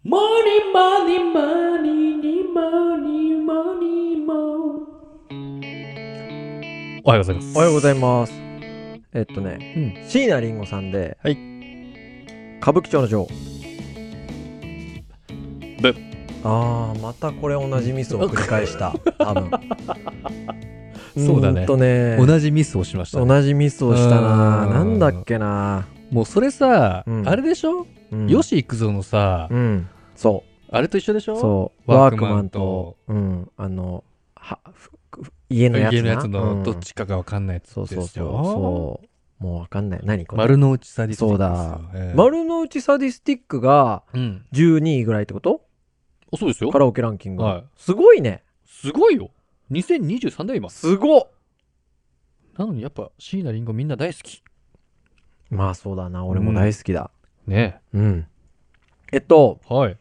モーニーモーニーモーニーモーニーモーニーモー。おはようございます。 おはようございます。椎名林檎さんで、 はい。 歌舞伎町の女王。 ブ。 またこれ同じミスを繰り返した。多分。 そうだね。同じミスをしましたね。 同じミスをしたな。なんだっけな。 もうそれさ、あれでしょ、吉幾三のさ、 そう。 あれと一緒でしょ。 そう。ワークマンと、家のやつのどっちかがわかんないやつですよ。 そう。もうわかんない。何これ。 丸の内サディスティック。 そうだ。丸の内サディスティックが12位ぐらいってこと？ そうですよ。 カラオケランキング。すごいね。 すごいよ。2023だよ今。 すごっ。 なのにやっぱ椎名林檎みんな大好き。 まあそうだな。俺も大好きだ。 ね。 はい。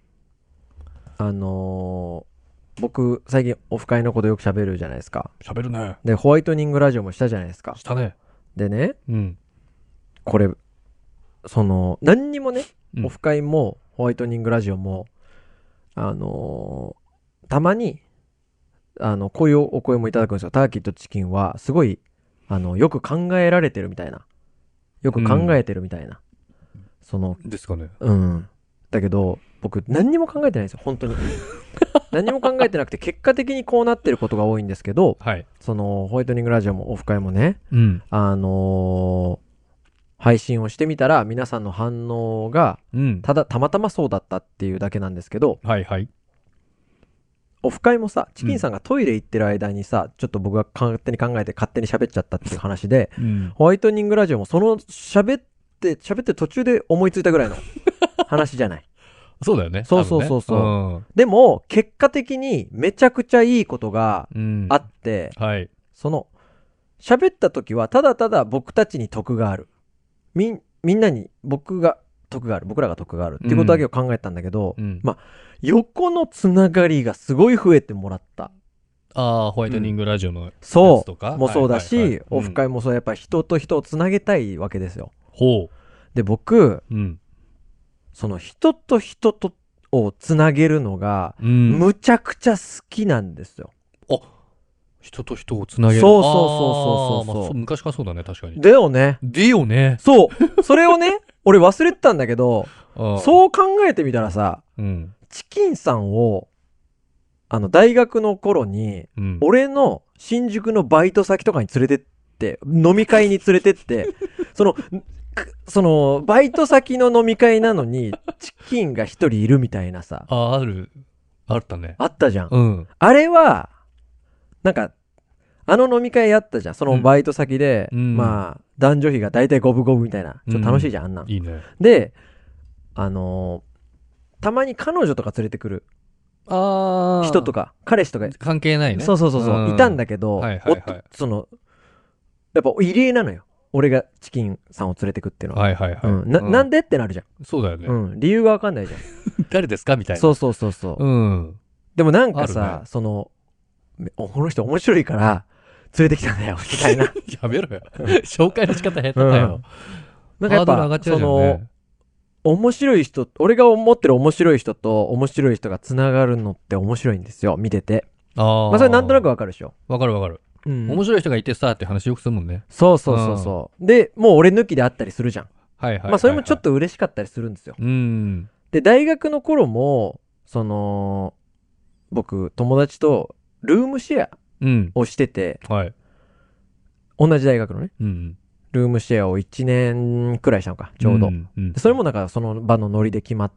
僕最近オフ会のことよく喋るじゃないですか。 喋るね。 でホワイトニングラジオもしたじゃないですか。 したね。 でね、これ何にもね、オフ会もホワイトニングラジオもたまにこういうお声もいただくんですよ。ターキーとチキンはすごいよく考えられてるみたいな、よく考えてるみたいな、 ですかね。 だけど僕何にも考えてないんですよ、本当に。何も考えてなくて結果的にこうなってることが多いんですけど、 はい、 ホワイトニングラジオもオフ会もね、配信をしてみたら皆さんの反応が、たまたまそうだったっていうだけなんですけど、 はいはい、 オフ会もさ、チキンさんがトイレ行ってる間にさ、ちょっと僕が勝手に考えて勝手に喋っちゃったっていう話で、ホワイトニングラジオもその喋って途中で思いついたぐらいの話じゃない。 そうだよね。 そう、でも結果的にめちゃくちゃいいことがあって、喋った時はただただ僕たちに得がある、みんなに僕らが得があるっていうことだけを考えたんだけど、横のつながりがすごい増えてもらった。 ホワイトニングラジオのやつとかもそうだし、オフ会もそう、やっぱ人と人をつなげたいわけですよ。で僕、人と人とをつなげるのがむちゃくちゃ好きなんですよ。 人と人をつなげる。 そう昔からそうだね、確かに。 だよね。そう。それをね、俺忘れてたんだけど、そう考えてみたらさ、チキンさんを大学の頃に、俺の新宿のバイト先とかに連れてって、飲み会に連れてって、バイト先の飲み会なのにチキンが一人いるみたいなさ。 あったね。 あったじゃん。あれはなんか飲み会やったじゃん、そのバイト先で。まあ男女比がだいたい五分五分みたいな、ちょっと楽しいじゃん、あんなん。 いいね。 でたまに彼女とか連れてくる人とか彼氏とか関係ないね。 そういたんだけど、やっぱ異例なのよ、俺がチキンさんを連れてくっていうのは。なんでってなるじゃん。 そうだよね。 理由がわかんないじゃん。 誰ですかみたいな。 そう。でもなんかさ、この人面白いから連れてきたんだよみたいな。 やめろよ。紹介の仕方下手だよ。 なんかやっぱ面白い人、俺が思ってる面白い人と面白い人がつながるのって面白いんですよ、見てて。それなんとなくわかるでしょ。 わかる。面白い人がいてさって話よくするもんね。 そう。でもう俺抜きであったりするじゃん。それもちょっと嬉しかったりするんですよ。で大学の頃も僕友達とルームシェアをしてて、同じ大学のね、ルームシェアを1年くらいしたのか、ちょうど。それもなんかその場のノリで決まって、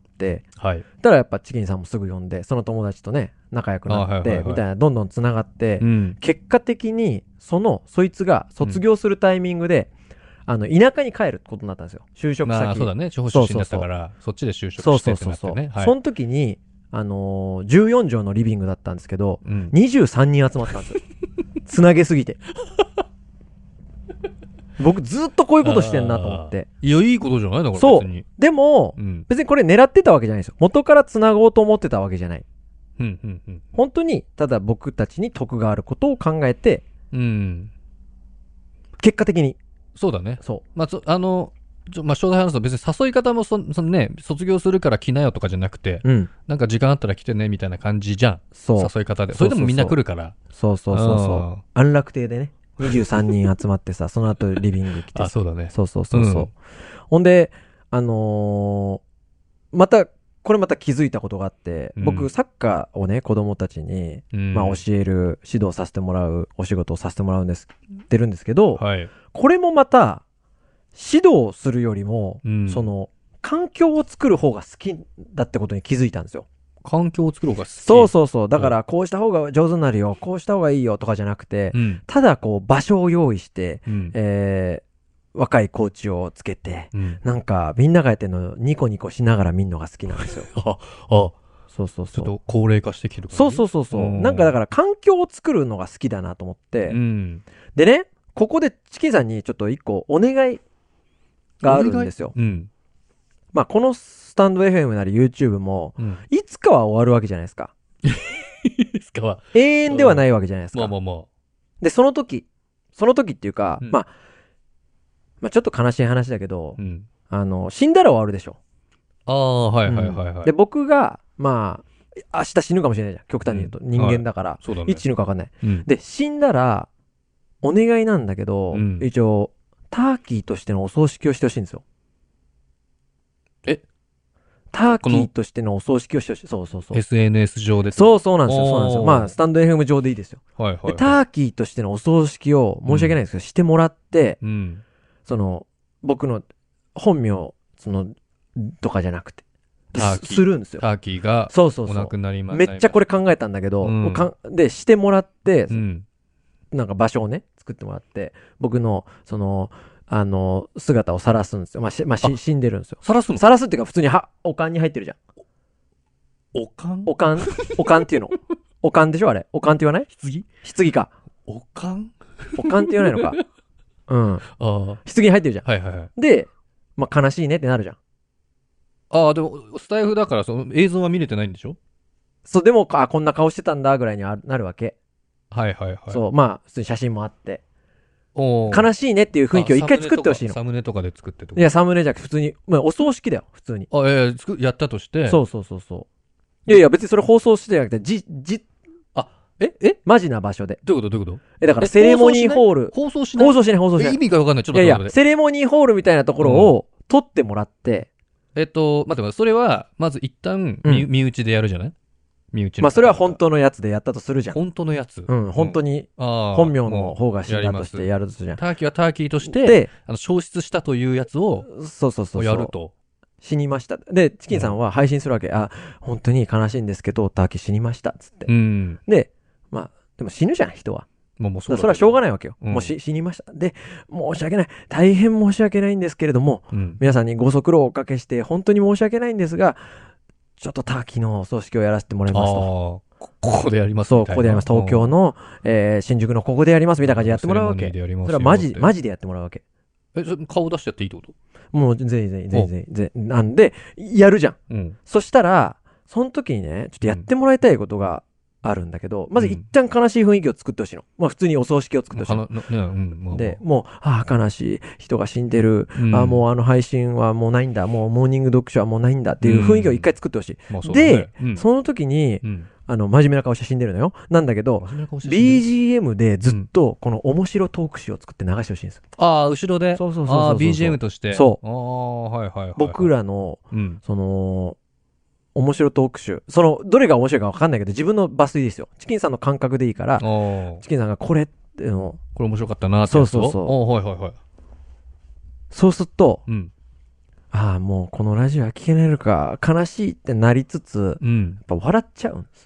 たらやっぱチキンさんもすぐ呼んで、その友達とね仲良くなってみたいな、どんどんつながって、結果的にそいつが卒業するタイミングで田舎に帰ることになったんですよ、就職先。 そうだね、地方出身だったからそっちで就職してってなってね。 その時に14畳のリビングだったんですけど、23人集まったんですよ。つなげすぎて。僕ずっとこういうことしてんなと思って。 いや、いいことじゃないのこれ。 そう。でも、別にこれ狙ってたわけじゃないですよ。元からつなごうと思ってたわけじゃない。本当にただ僕たちに得があることを考えて、結果的に。 そうだね。 そう。 まあ、詳細話すと別に誘い方もそのね、卒業するから来なよとかじゃなくて、なんか時間あったら来てねみたいな感じじゃん。誘い方で。それでもみんな来るから。 そうそうそうそう。安楽亭でね、23人集まってさ、その後リビング来て。 あ、そうだね。 そうそうそうそう。ほんで、また気づいたことがあって、僕、サッカーをね、子供たちに、まあ教える、指導させてもらう、お仕事をさせてもらうんです、ってるんですけど、これもまた、指導するよりも、その、環境を作る方が好きだってことに気づいたんですよ。 環境を作る方が好き。 そうそうそう。だから、こうした方が上手になるよ、こうした方がいいよとかじゃなくて、ただこう、場所を用意して、若いコーチをつけて、なんかみんながやってるのニコニコしながら見るのが好きなんですよ。そうそうそう。 ちょっと高齢化してきてる。 そうそうそうそう。なんかだから環境を作るのが好きだなと思って、でね、ここでチキンさんにちょっと一個お願いがあるんですよ。まあこのスタンド FM なり YouTube も、いつかは終わるわけじゃないですか。 いつかは。 永遠ではないわけじゃないですか。 まあ。 で、その時っていうか、まあちょっと悲しい話だけど、死んだら終わるでしょ。 はいはいはいはい。 で、僕が、まあ、明日死ぬかもしれないじゃん。極端に言うと。人間だから。 そうだね。 いつ死ぬか分かんない。で、死んだら、お願いなんだけど、一応、ターキーとしてのお葬式をしてほしいんですよ。ターキーとしてのお葬式をしてほしい。そうそうそう。 SNS 上で。 そうなんですよ。そうなんですよ。まあ、スタンド FM 上でいいですよ。で、ターキーとしてのお葬式を、申し訳ないですけど、してもらって、その、僕の本名、とかじゃなくて、するんですよ。 ターキーが、 そうお亡くなります。 めっちゃこれ考えたんだけど、で、してもらって、なんか場所をね、作ってもらって、僕の、姿を晒すんですよ。まあ、死んでるんですよ。 晒すの？ 晒すっていうか、普通にお棺に入ってるじゃん。お棺っていうの。お棺でしょあれ。お棺って言わない？棺か。 お棺って言わないのか。棺に入ってるじゃん。 はいはいはい。 で、まあ、悲しいねってなるじゃん。 でも、スタイフだからその映像は見れてないんでしょ？ そう、でも、こんな顔してたんだぐらいになるわけ。 はいはいはい。 そう、まあ、普通に写真もあって。悲しいねっていう雰囲気を一回作ってほしいの。 サムネとかで作ってとか。 いや、サムネじゃなくて普通に、まあ、お葬式だよ、普通に。 やったとして。 そう。いや、別にそれ放送してじゃなくて、マジな場所で。 どういうことだからセレモニーホール。 放送しない。意味がわかんない。ちょっと待って。 いや、セレモニーホールみたいなところを撮ってもらって。 待って、それは、まず一旦、身内でやるじゃない身内の。 まあ、それは本当のやつでやったとするじゃん。 本当のやつ。 本当に、本名の方が死んだとしてやるとするじゃん。 ターキーはターキーとして、消失したというやつを、やると。 死にました。で、チキンさんは配信するわけ。本当に悲しいんですけど、ターキー死にました。つって。で、まあ、でも死ぬじゃん、人は。それはしょうがないわけよ。もう死にました。で、申し訳ない。大変申し訳ないんですけれども、皆さんにご足労をおかけして、本当に申し訳ないんですが、ちょっとターキーのお葬式をやらせてもらいますと。 ここでやります。 そう、ここでやります。東京の、新宿のここでやりますみたいな感じでやってもらうわけ。それはマジでやってもらうわけ。 顔出してやっていいってこと？ もう全然。なんで、やるじゃん。そしたら、その時にね、ちょっとやってもらいたいことがあるんだけど、まず一旦悲しい雰囲気を作ってほしいの。まあ普通にお葬式を作ってほしい。で、もう、悲しい人が死んでる。もう配信はもうないんだ。もうモーニング読書はもうないんだっていう雰囲気を一回作ってほしい。で、その時に、真面目な顔して死んでるのよ。なんだけど、BGM でずっとこの面白トーク集を作って流してほしいんですよ。 後ろで。 そう。 BGM として。 そう。 はい。 僕らの、面白トーク集。どれが面白いか分かんないけど、自分の抜粋ですよ。チキンさんの感覚でいいから、チキンさんがこれっていうのを。 これ面白かったなってやつを。 そう。 はい。 そうすると、もうこのラジオは聞けないのか、悲しいってなりつつ、やっぱ笑っちゃうんです。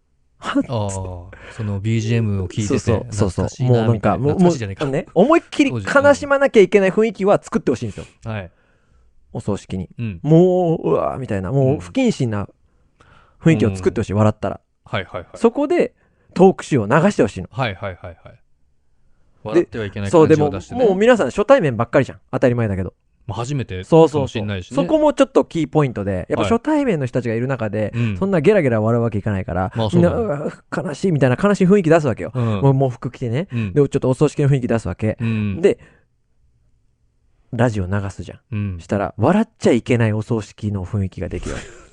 その BGM を聞いてて、 そう。もうなんか、もうね、思いっきり悲しまなきゃいけない雰囲気は作ってほしいんですよ。 はい。 お葬式に。もう、うわーみたいな、もう不謹慎な雰囲気を作ってほしい、笑ったら。 はい。 そこで、トーク集を流してほしいの。 はい。笑ってはいけない感じを出してね。 そう、でも、もう皆さん初対面ばっかりじゃん。当たり前だけど。 初めてかもしんないしね。 そこもちょっとキーポイントで、やっぱ初対面の人たちがいる中で、そんなゲラゲラ笑うわけいかないから、みんな、悲しいみたいな悲しい雰囲気出すわけよ。もう服着てね。で、ちょっとお葬式の雰囲気出すわけ。で、 ラジオ流すじゃん。したら、笑っちゃいけないお葬式の雰囲気ができる。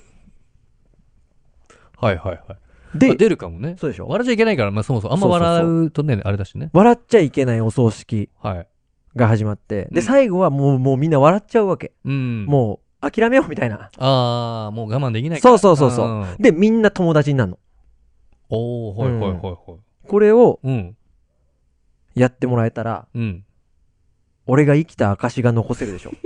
はいはいはい。で、出るかもね。 そうでしょ。 笑っちゃいけないから、まあそもそもあんま笑うとね、あれだしね。 笑っちゃいけないお葬式が始まって、で、最後はもうみんな笑っちゃうわけ。もう諦めようみたいな。 ああ、もう我慢できないから。 そう。で、みんな友達になるの。 おー、はいはいはいはい。 これを、やってもらえたら、俺が生きた証が残せるでしょ。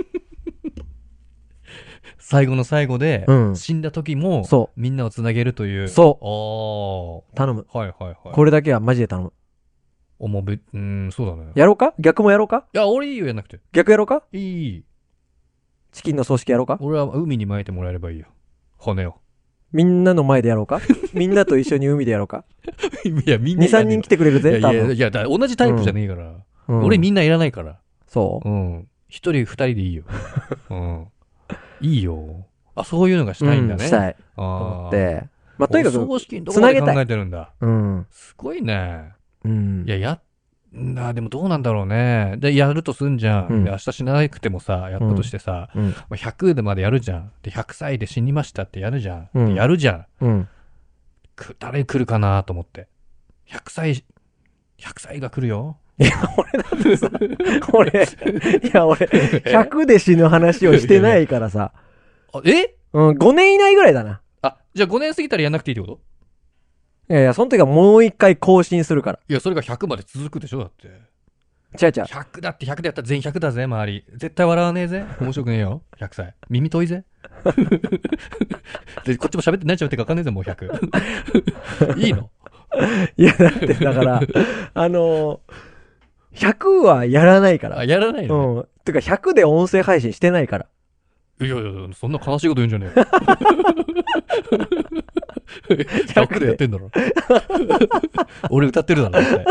最後の最後で、死んだ時も、みんなをつなげるという。 そう。頼む。 はいはいはい。 これだけはマジで頼む。 そうだね。 やろうか？逆もやろうか？ いや、俺いいよ、やんなくて。 逆やろうか？ いい。 チキンの葬式やろうか？ 俺は海に巻いてもらえればいいよ。骨を。 みんなの前でやろうか？みんなと一緒に海でやろうか？ いや、みんな。 2、3人来てくれるぜ、 多分。いや、同じタイプじゃねえから。俺みんないらないから。 そう。 1人2人でいいよ。いいよ。あ、そういうのがしたいんだね。 したい。思って。まあ、とにかく、 葬式のところで考えてるんだ。すごいね。いや、でもどうなんだろうね。で、やるとすんじゃん。で、明日死ななくてもさ、やったとしてさ、100でまでやるじゃん。で、100歳で死にましたってやるじゃん。で、やるじゃん。誰来るかなと思って。100歳が来るよ。 いや、俺だってさ、俺、100で死ぬ話をしてないからさ。5年以内ぐらいだな。 じゃあ5年過ぎたらやんなくていいってこと？ いや、その時はもう一回更新するから。 いや、それが100まで続くでしょ、だって。 違う。 100だって100でやったら全100だぜ、周り。絶対笑わねえぜ。面白くねえよ、100歳。耳遠いぜ。で、こっちも喋って何喋ってか分かんねえぜ、もう100。いいの？ いや、だって、だから、100はやらないから。 やらないの？ てか100で音声配信してないから。 いや、そんな悲しいこと言うんじゃねえよ。100でやってんだろ。俺歌ってるだろ、絶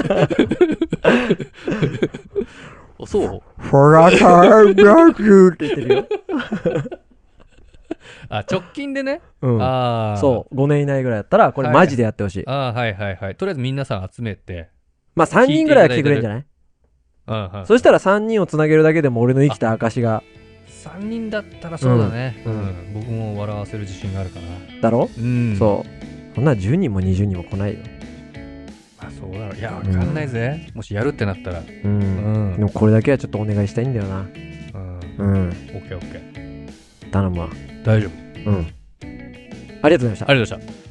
対。そう？ フラターブラックって言ってるよ。 直近でね。 そう、5年以内ぐらいやったら、これマジでやってほしい。 はいはいはい。とりあえず皆さん集めて。 まあ3人ぐらいは来てくれるんじゃない？そしたら3人をつなげるだけでも俺の生きた証が。 3人だったらそうだね。僕も笑わせる自信があるかな。 だろ？そう。そんな10人も20人も来ないよ。 そうだろ。いや、わかんないぜ。もしやるってなったら。でもこれだけはちょっとお願いしたいんだよな。 オッケーオッケー。 頼むわ。 大丈夫。 ありがとうございました。 ありがとうございました。